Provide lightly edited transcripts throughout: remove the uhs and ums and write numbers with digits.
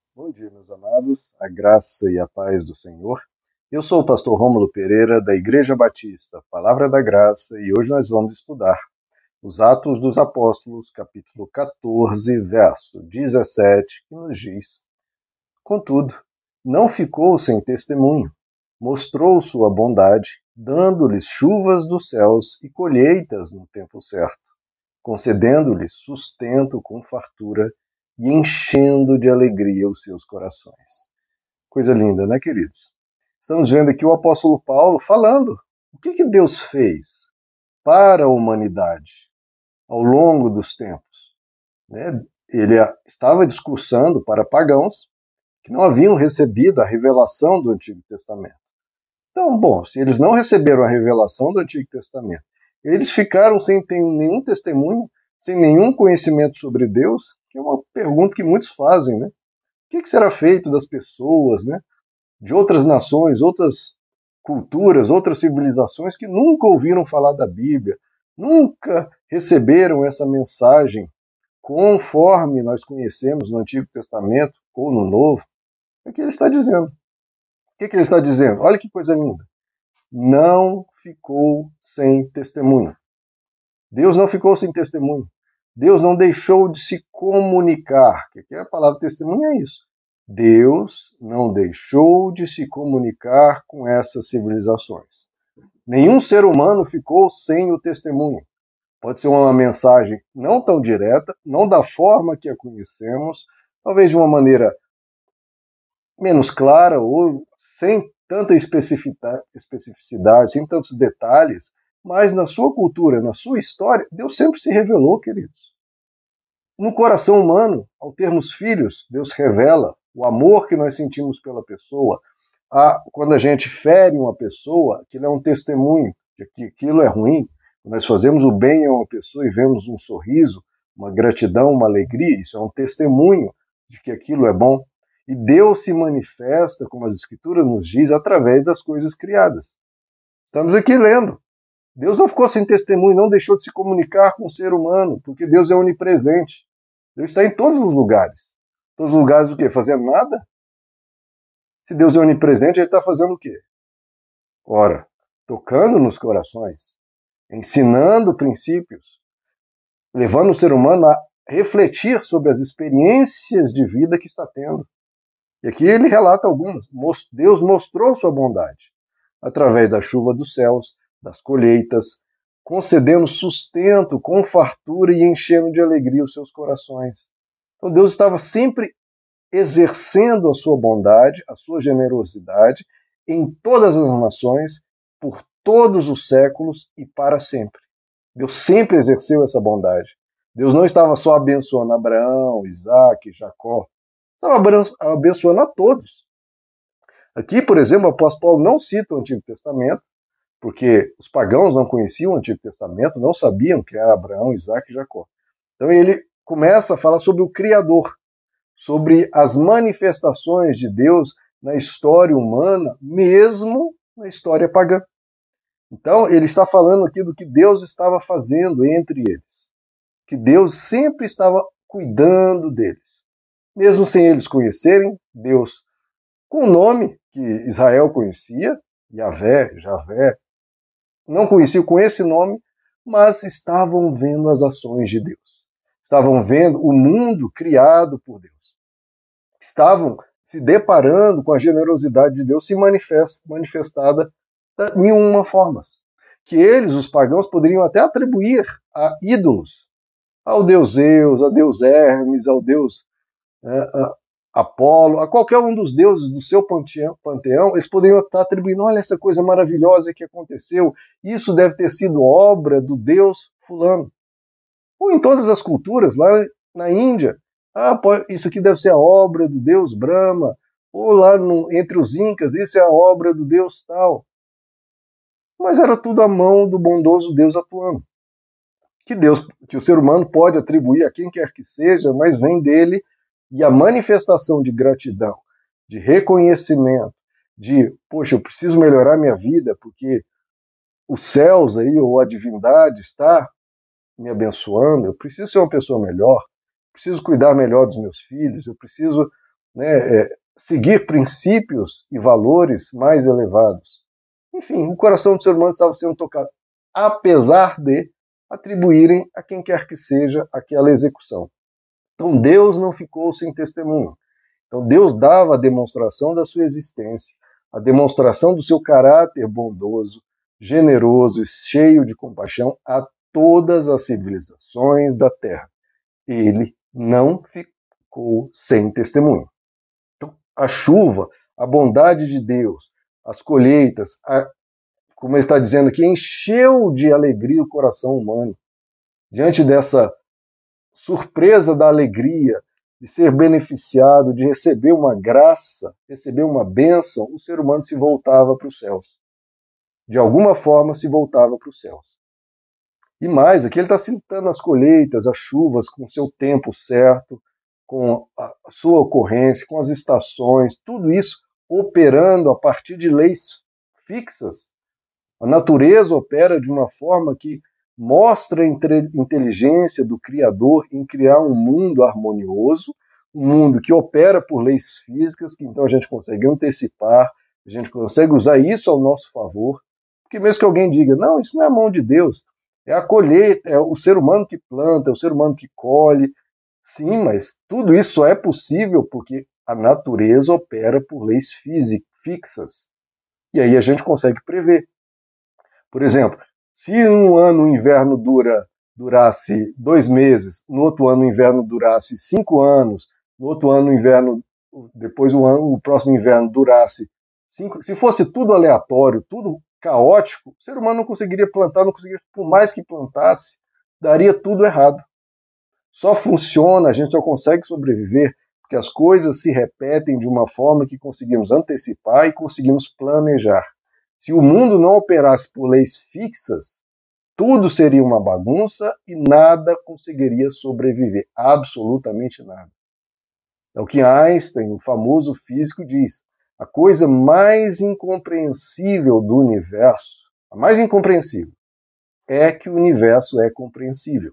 Bom dia, meus amados, a graça e a paz do Senhor. Eu sou o pastor Rômulo Pereira, da Igreja Batista, Palavra da Graça, e hoje nós vamos estudar os Atos dos Apóstolos, capítulo 14, verso 17, que nos diz: Contudo, não ficou sem testemunho, mostrou sua bondade, dando-lhes chuvas dos céus e colheitas no tempo certo, concedendo-lhes sustento com fartura e enchendo de alegria os seus corações. Coisa linda, né, queridos? Estamos vendo aqui o apóstolo Paulo falando o que Deus fez para a humanidade ao longo dos tempos, né? Ele estava discursando para pagãos que não haviam recebido a revelação do Antigo Testamento. Então, bom, se eles não receberam a revelação do Antigo Testamento, eles ficaram sem ter nenhum testemunho, sem nenhum conhecimento sobre Deus, que é uma pergunta que muitos fazem, né? O que será feito das pessoas, né? De outras nações, outras culturas, outras civilizações que nunca ouviram falar da Bíblia, nunca receberam essa mensagem conforme nós conhecemos no Antigo Testamento ou no Novo? É o que ele está dizendo. O que ele está dizendo? Olha que coisa linda. Não ficou sem testemunho. Deus não ficou sem testemunho. Deus não deixou de se comunicar. O que é a palavra testemunho? É isso. Deus não deixou de se comunicar com essas civilizações. Nenhum ser humano ficou sem o testemunho. Pode ser uma mensagem não tão direta, não da forma que a conhecemos, talvez de uma maneira menos clara ou sem tanta especificidade, sem tantos detalhes, mas na sua cultura, na sua história, Deus sempre se revelou, queridos. No coração humano, ao termos filhos, Deus revela o amor que nós sentimos pela pessoa. Quando a gente fere uma pessoa, aquilo é um testemunho de que aquilo é ruim. Quando nós fazemos o bem a uma pessoa e vemos um sorriso, uma gratidão, uma alegria, isso é um testemunho de que aquilo é bom. E Deus se manifesta, como as Escrituras nos diz, através das coisas criadas. Estamos aqui lendo. Deus não ficou sem testemunho, não deixou de se comunicar com o ser humano, porque Deus é onipresente. Deus está em todos os lugares. Todos os lugares o quê? Fazendo nada? Se Deus é onipresente, ele está fazendo o quê? Ora, tocando nos corações, ensinando princípios, levando o ser humano a refletir sobre as experiências de vida que está tendo. E aqui ele relata algumas. Deus mostrou sua bondade através da chuva dos céus, das colheitas, concedendo sustento com fartura e enchendo de alegria os seus corações. Então Deus estava sempre exercendo a sua bondade, a sua generosidade em todas as nações, por todos os séculos e para sempre. Deus sempre exerceu essa bondade. Deus não estava só abençoando Abraão, Isaac, Jacó, estava abençoando a todos. Aqui, por exemplo, o apóstolo Paulo não cita o Antigo Testamento, porque os pagãos não conheciam o Antigo Testamento, não sabiam que era Abraão, Isaac e Jacó. Então ele começa a falar sobre o Criador, sobre as manifestações de Deus na história humana, mesmo na história pagã. Então ele está falando aqui do que Deus estava fazendo entre eles, que Deus sempre estava cuidando deles. Mesmo sem eles conhecerem Deus com o nome que Israel conhecia, Yahvé, Javé, não conheciam com esse nome, mas estavam vendo as ações de Deus. Estavam vendo o mundo criado por Deus. Estavam se deparando com a generosidade de Deus se manifestada em uma forma. Que eles, os pagãos, poderiam até atribuir a ídolos, ao deus Zeus, ao deus Hermes, ao deus Apolo, a qualquer um dos deuses do seu panteão, eles poderiam estar atribuindo, olha essa coisa maravilhosa que aconteceu, isso deve ter sido obra do deus fulano. Ou em todas as culturas, lá na Índia, isso aqui deve ser a obra do deus Brahma, ou lá entre os incas, isso é a obra do deus tal. Mas era tudo a mão do bondoso Deus atuando. Que o ser humano pode atribuir a quem quer que seja, mas vem dele. E a manifestação de gratidão, de reconhecimento, de, poxa, eu preciso melhorar minha vida porque os céus aí, ou a divindade está me abençoando, eu preciso ser uma pessoa melhor, preciso cuidar melhor dos meus filhos, eu preciso né, seguir princípios e valores mais elevados. Enfim, o coração do ser humano estava sendo tocado, apesar de atribuírem a quem quer que seja aquela execução. Então Deus não ficou sem testemunho. Então Deus dava a demonstração da sua existência, a demonstração do seu caráter bondoso, generoso e cheio de compaixão a todas as civilizações da terra. Ele não ficou sem testemunho. Então, a chuva, a bondade de Deus, as colheitas, como ele está dizendo aqui, encheu de alegria o coração humano. Diante dessa surpresa da alegria de ser beneficiado, de receber uma graça, receber uma bênção, o ser humano se voltava para os céus. De alguma forma se voltava para os céus. E mais, aqui ele está citando as colheitas, as chuvas com o seu tempo certo, com a sua ocorrência, com as estações, tudo isso operando a partir de leis fixas. A natureza opera de uma forma que mostra a inteligência do Criador em criar um mundo harmonioso, um mundo que opera por leis físicas, que então a gente consegue antecipar, a gente consegue usar isso ao nosso favor, porque mesmo que alguém diga, não, isso não é a mão de Deus, é a colheita, é o ser humano que planta, é o ser humano que colhe. Sim, mas tudo isso só é possível porque a natureza opera por leis fixas. E aí a gente consegue prever. Por exemplo, se um ano o inverno durasse 2 meses, no outro ano o inverno durasse 5 anos, no outro ano o inverno, depois o próximo inverno durasse 5, se fosse tudo aleatório, tudo caótico, o ser humano não conseguiria plantar, não conseguiria, por mais que plantasse, daria tudo errado. Só funciona, a gente só consegue sobreviver porque as coisas se repetem de uma forma que conseguimos antecipar e conseguimos planejar. Se o mundo não operasse por leis fixas, tudo seria uma bagunça e nada conseguiria sobreviver, absolutamente nada. É o que Einstein, o famoso físico, diz. A coisa mais incompreensível do universo, a mais incompreensível, é que o universo é compreensível.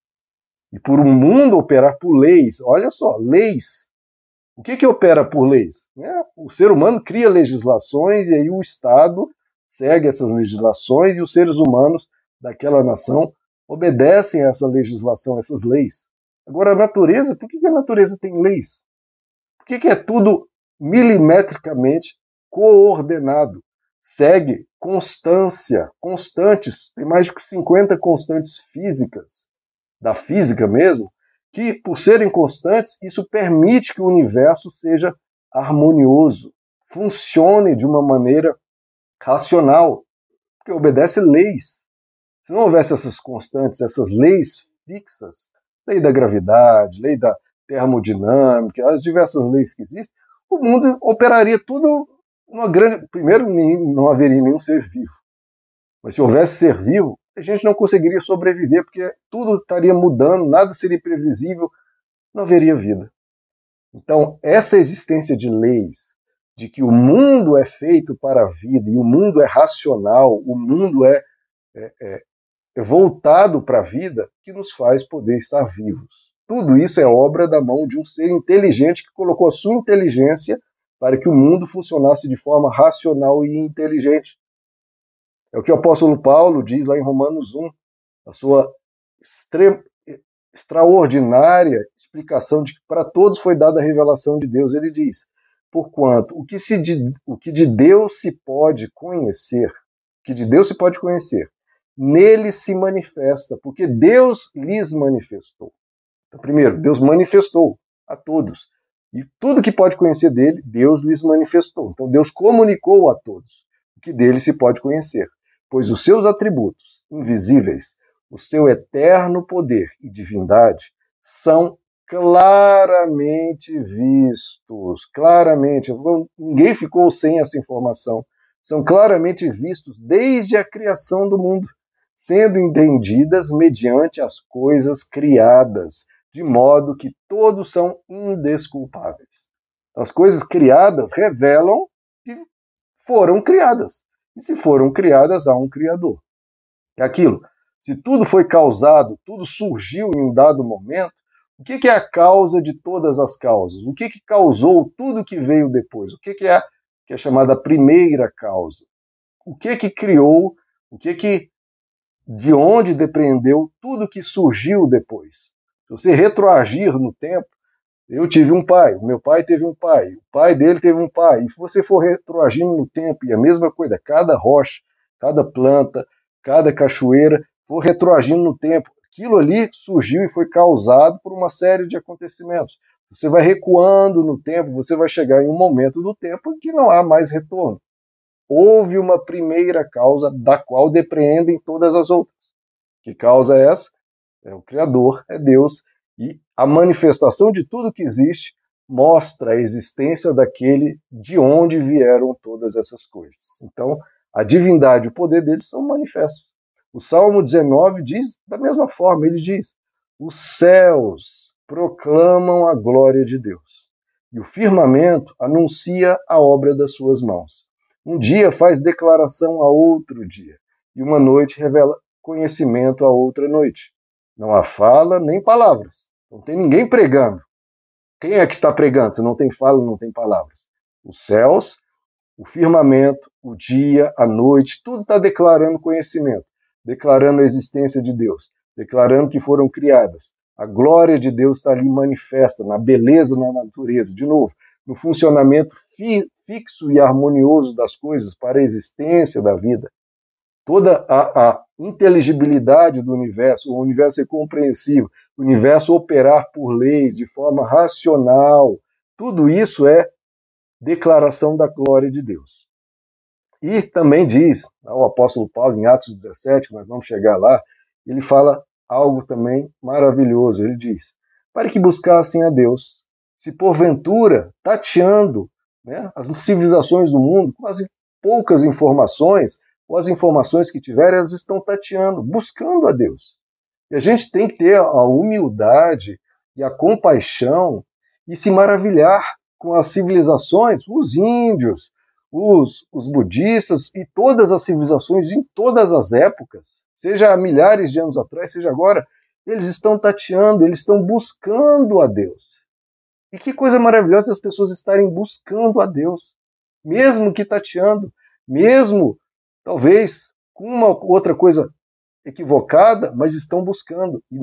E por um mundo operar por leis, olha só, leis. O que opera por leis? O ser humano cria legislações e aí o Estado segue essas legislações e os seres humanos daquela nação obedecem a essa legislação, a essas leis. Agora, a natureza, por que a natureza tem leis? Por que é tudo milimetricamente coordenado? Segue constantes, tem mais de 50 constantes físicas, da física mesmo, que, por serem constantes, isso permite que o universo seja harmonioso, funcione de uma maneira racional, porque obedece leis. Se não houvesse essas constantes, essas leis fixas, lei da gravidade, lei da termodinâmica, as diversas leis que existem, o mundo operaria tudo numa grande... Primeiro, não haveria nenhum ser vivo. Mas se houvesse ser vivo, a gente não conseguiria sobreviver, porque tudo estaria mudando, nada seria previsível, não haveria vida. Então, essa existência de leis, de que o mundo é feito para a vida, e o mundo é racional, o mundo é voltado para a vida, que nos faz poder estar vivos. Tudo isso é obra da mão de um ser inteligente que colocou a sua inteligência para que o mundo funcionasse de forma racional e inteligente. É o que o apóstolo Paulo diz lá em Romanos 1, a sua extraordinária explicação de que para todos foi dada a revelação de Deus. Ele diz, porquanto o que de Deus se pode conhecer, nele se manifesta, porque Deus lhes manifestou. Então, primeiro, Deus manifestou a todos. E tudo que pode conhecer dele, Deus lhes manifestou. Então, Deus comunicou a todos o que dele se pode conhecer, pois os seus atributos invisíveis, o seu eterno poder e divindade são claramente vistos. Claramente, ninguém ficou sem essa informação. São claramente vistos desde a criação do mundo, sendo entendidas mediante as coisas criadas, de modo que todos são indesculpáveis. As coisas criadas revelam que foram criadas. E se foram criadas, há um Criador. É aquilo. Se tudo foi causado, tudo surgiu em um dado momento, O que é a causa de todas as causas? O que causou tudo que veio depois? O que é chamada primeira causa? O que criou, de onde depreendeu tudo que surgiu depois? Se você retroagir no tempo, eu tive um pai, o meu pai teve um pai, o pai dele teve um pai, e se você for retroagindo no tempo, e a mesma coisa, cada rocha, cada planta, cada cachoeira, for retroagindo no tempo, aquilo ali surgiu e foi causado por uma série de acontecimentos. Você vai recuando no tempo, você vai chegar em um momento do tempo em que não há mais retorno. Houve uma primeira causa da qual depreendem todas as outras. Que causa é essa? É o Criador, é Deus, e a manifestação de tudo que existe mostra a existência daquele de onde vieram todas essas coisas. Então, a divindade e o poder dele são manifestos. O Salmo 19 diz da mesma forma, ele diz: os céus proclamam a glória de Deus, e o firmamento anuncia a obra das suas mãos. Um dia faz declaração a outro dia, e uma noite revela conhecimento a outra noite. Não há fala nem palavras. Não tem ninguém pregando. Quem é que está pregando? Se não tem fala, não tem palavras. Os céus, o firmamento, o dia, a noite, tudo está declarando conhecimento, declarando a existência de Deus, declarando que foram criadas. A glória de Deus está ali manifesta, na beleza, na natureza. De novo, no funcionamento fixo e harmonioso das coisas para a existência da vida. Toda a inteligibilidade do universo, o universo ser compreensível, o universo operar por leis de forma racional, tudo isso é declaração da glória de Deus. E também diz, o apóstolo Paulo, em Atos 17, nós vamos chegar lá, ele fala algo também maravilhoso. Ele diz: para que buscassem a Deus, se porventura, tateando, né, as civilizações do mundo, com as poucas informações, ou as informações que tiverem, elas estão tateando, buscando a Deus. E a gente tem que ter a humildade e a compaixão e se maravilhar com as civilizações, os índios, os budistas e todas as civilizações em todas as épocas, seja há milhares de anos atrás, seja agora, eles estão tateando, eles estão buscando a Deus. E que coisa maravilhosa as pessoas estarem buscando a Deus, mesmo que tateando, mesmo talvez com uma outra coisa equivocada, mas estão buscando. E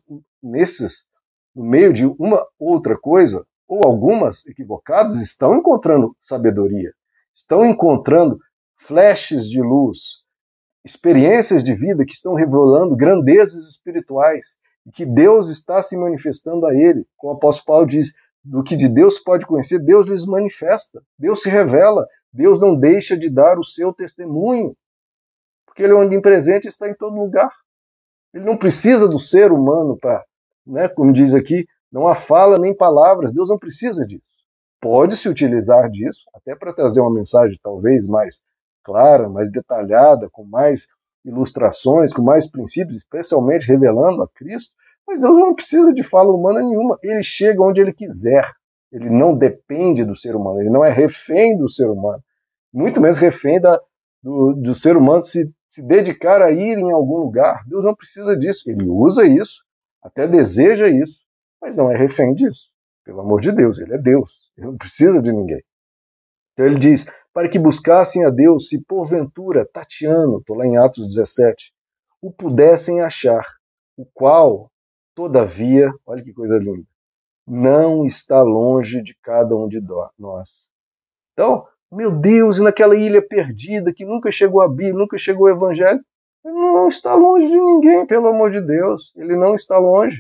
no meio de uma outra coisa, ou algumas equivocadas, estão encontrando sabedoria, estão encontrando flashes de luz, experiências de vida que estão revelando grandezas espirituais, e que Deus está se manifestando a ele. Como o apóstolo Paulo diz, do que de Deus se pode conhecer, Deus lhes manifesta, Deus se revela, Deus não deixa de dar o seu testemunho, porque ele é onipresente e está em todo lugar. Ele não precisa do ser humano para, né, como diz aqui, não há fala nem palavras, Deus não precisa disso. Pode se utilizar disso, até para trazer uma mensagem talvez mais clara, mais detalhada, com mais ilustrações, com mais princípios, especialmente revelando a Cristo, mas Deus não precisa de fala humana nenhuma, ele chega onde ele quiser, ele não depende do ser humano, ele não é refém do ser humano, muito menos refém do ser humano se dedicar a ir em algum lugar. Deus não precisa disso, ele usa isso, até deseja isso, mas não é refém disso. Pelo amor de Deus, ele é Deus, ele não precisa de ninguém. Então ele diz, para que buscassem a Deus, se porventura, tateando, estou lá em Atos 17, o pudessem achar, o qual, todavia, olha que coisa linda, não está longe de cada um de nós. Então, meu Deus, e naquela ilha perdida que nunca chegou a Bíblia, nunca chegou o Evangelho, ele não está longe de ninguém, pelo amor de Deus, ele não está longe.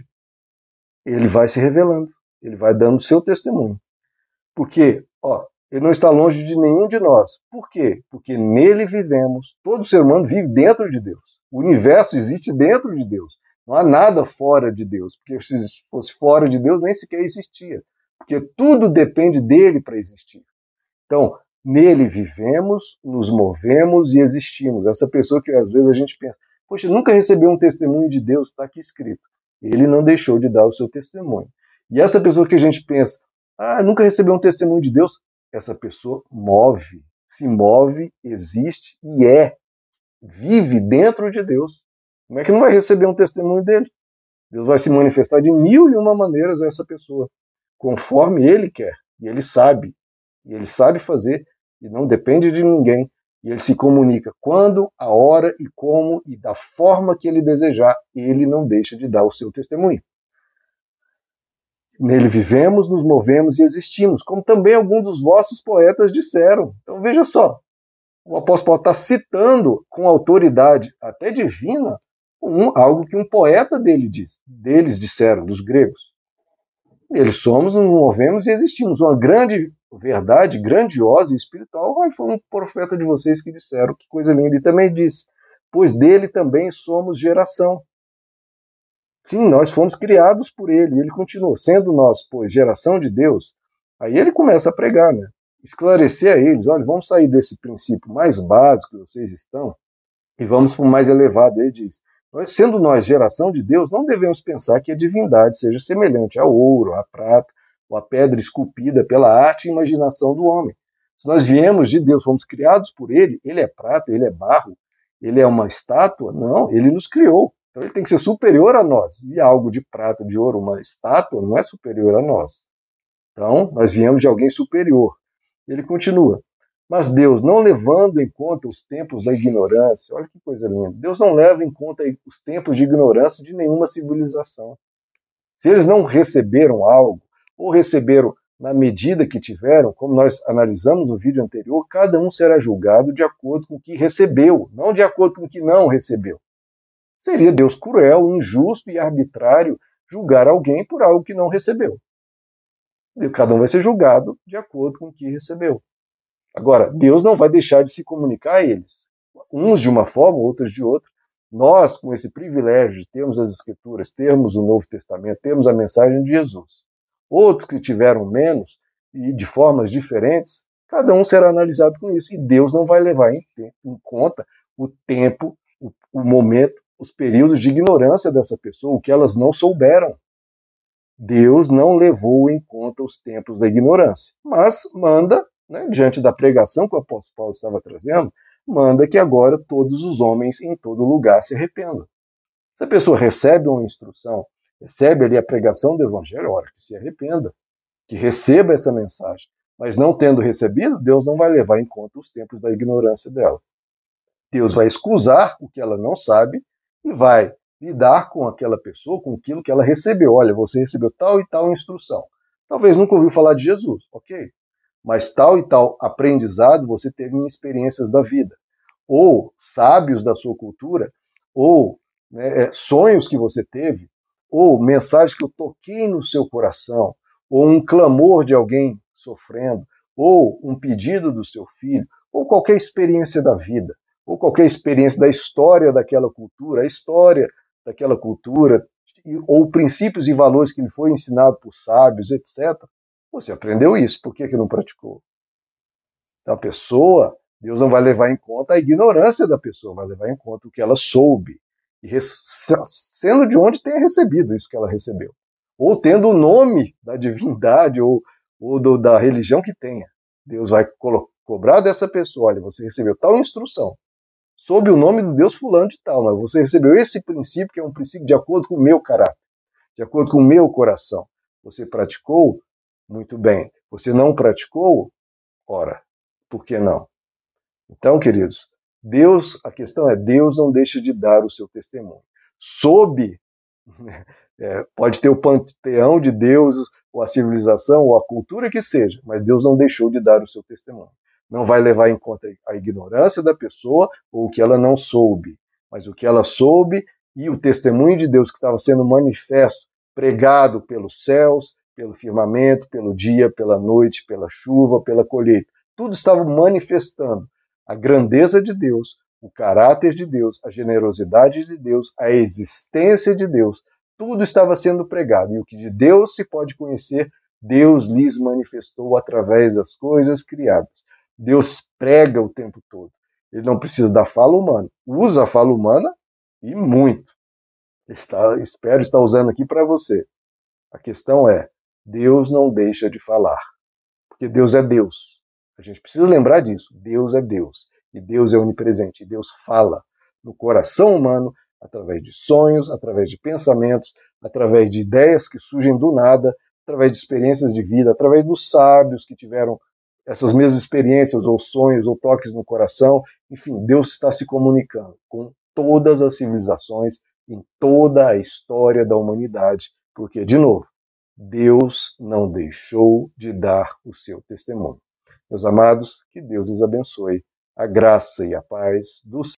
Ele vai se revelando, ele vai dando o seu testemunho. Porque, ele não está longe de nenhum de nós. Por quê? Porque nele vivemos, todo ser humano vive dentro de Deus. O universo existe dentro de Deus. Não há nada fora de Deus, porque se fosse fora de Deus, nem sequer existia. Porque tudo depende dele para existir. Então, nele vivemos, nos movemos e existimos. Essa pessoa que às vezes a gente pensa, poxa, nunca recebeu um testemunho de Deus, está aqui escrito. Ele não deixou de dar o seu testemunho. E essa pessoa que a gente pensa, nunca recebeu um testemunho de Deus, essa pessoa se move, existe e vive dentro de Deus. Como é que não vai receber um testemunho dele? Deus vai se manifestar de mil e uma maneiras a essa pessoa, conforme Ele quer. E Ele sabe fazer, e não depende de ninguém. E Ele se comunica quando, a hora e como e da forma que Ele desejar. Ele não deixa de dar o seu testemunho. Nele vivemos, nos movemos e existimos, como também alguns dos vossos poetas disseram. Então veja só, o apóstolo Paulo está citando com autoridade até divina algo que um poeta deles disseram, dos gregos. Eles somos, nos movemos e existimos. Uma grande verdade, grandiosa e espiritual. Foi um profeta de vocês que disseram, que coisa linda. E também disse, pois dele também somos geração. Sim, nós fomos criados por ele. E ele continua, sendo nós, pois, geração de Deus. Aí ele começa a pregar, né? Esclarecer a eles, olha, vamos sair desse princípio mais básico que vocês estão e vamos para o mais elevado. Ele diz, sendo nós geração de Deus, não devemos pensar que a divindade seja semelhante ao ouro, à prata, ou à pedra esculpida pela arte e imaginação do homem. Se nós viemos de Deus, fomos criados por ele é prata, ele é barro, ele é uma estátua? Não, ele nos criou. Então ele tem que ser superior a nós. E algo de prata, de ouro, uma estátua, não é superior a nós. Então, nós viemos de alguém superior. Ele continua. Mas Deus, não levando em conta os tempos da ignorância, olha que coisa linda, Deus não leva em conta os tempos de ignorância de nenhuma civilização. Se eles não receberam algo, ou receberam na medida que tiveram, como nós analisamos no vídeo anterior, cada um será julgado de acordo com o que recebeu, não de acordo com o que não recebeu. Seria Deus cruel, injusto e arbitrário julgar alguém por algo que não recebeu. Cada um vai ser julgado de acordo com o que recebeu. Agora, Deus não vai deixar de se comunicar a eles. Uns de uma forma, outros de outra. Nós, com esse privilégio de termos as Escrituras, termos o Novo Testamento, termos a mensagem de Jesus. Outros que tiveram menos e de formas diferentes, cada um será analisado com isso. E Deus não vai levar em conta o tempo, o momento, os períodos de ignorância dessa pessoa, o que elas não souberam. Deus não levou em conta os tempos da ignorância, mas manda, né, diante da pregação que o apóstolo Paulo estava trazendo, manda que agora todos os homens em todo lugar se arrependam. Se a pessoa recebe uma instrução, recebe ali a pregação do evangelho, ora, que se arrependa, que receba essa mensagem. Mas não tendo recebido, Deus não vai levar em conta os tempos da ignorância dela. Deus vai excusar o que ela não sabe e vai lidar com aquela pessoa, com aquilo que ela recebeu. Olha, você recebeu tal e tal instrução. Talvez nunca ouviu falar de Jesus, ok? Mas tal e tal aprendizado você teve em experiências da vida. Ou sábios da sua cultura, ou sonhos que você teve, ou mensagens que eu toquei no seu coração, ou um clamor de alguém sofrendo, ou um pedido do seu filho, ou qualquer experiência da vida, ou qualquer experiência da história daquela cultura, a história daquela cultura, ou princípios e valores que lhe foi ensinado por sábios, etc. Você aprendeu isso, por que não praticou? Então a pessoa, Deus não vai levar em conta a ignorância da pessoa, vai levar em conta o que ela soube, e sendo de onde tenha recebido isso que ela recebeu, ou tendo o nome da divindade ou da religião que tenha. Deus vai cobrar dessa pessoa, olha, você recebeu tal instrução, sob o nome do Deus fulano de tal, mas você recebeu esse princípio, que é um princípio de acordo com o meu caráter, de acordo com o meu coração. Você praticou? Muito bem. Você não praticou? Ora, por que não? Então, queridos, a questão é, Deus não deixa de dar o seu testemunho. Pode ter o panteão de deuses, ou a civilização, ou a cultura que seja, mas Deus não deixou de dar o seu testemunho. Não vai levar em conta a ignorância da pessoa ou o que ela não soube, mas o que ela soube e o testemunho de Deus que estava sendo manifesto, pregado pelos céus, pelo firmamento, pelo dia, pela noite, pela chuva, pela colheita. Tudo estava manifestando a grandeza de Deus, o caráter de Deus, a generosidade de Deus, a existência de Deus. Tudo estava sendo pregado. E o que de Deus se pode conhecer, Deus lhes manifestou através das coisas criadas. Deus prega o tempo todo. Ele não precisa da fala humana. Usa a fala humana e muito. Espero estar usando aqui para você. A questão é, Deus não deixa de falar. Porque Deus é Deus. A gente precisa lembrar disso. Deus é Deus. E Deus é onipresente. E Deus fala no coração humano, através de sonhos, através de pensamentos, através de ideias que surgem do nada, através de experiências de vida, através dos sábios que tiveram essas mesmas experiências, ou sonhos, ou toques no coração. Enfim, Deus está se comunicando com todas as civilizações, em toda a história da humanidade, porque, de novo, Deus não deixou de dar o seu testemunho. Meus amados, que Deus lhes abençoe. A graça e a paz do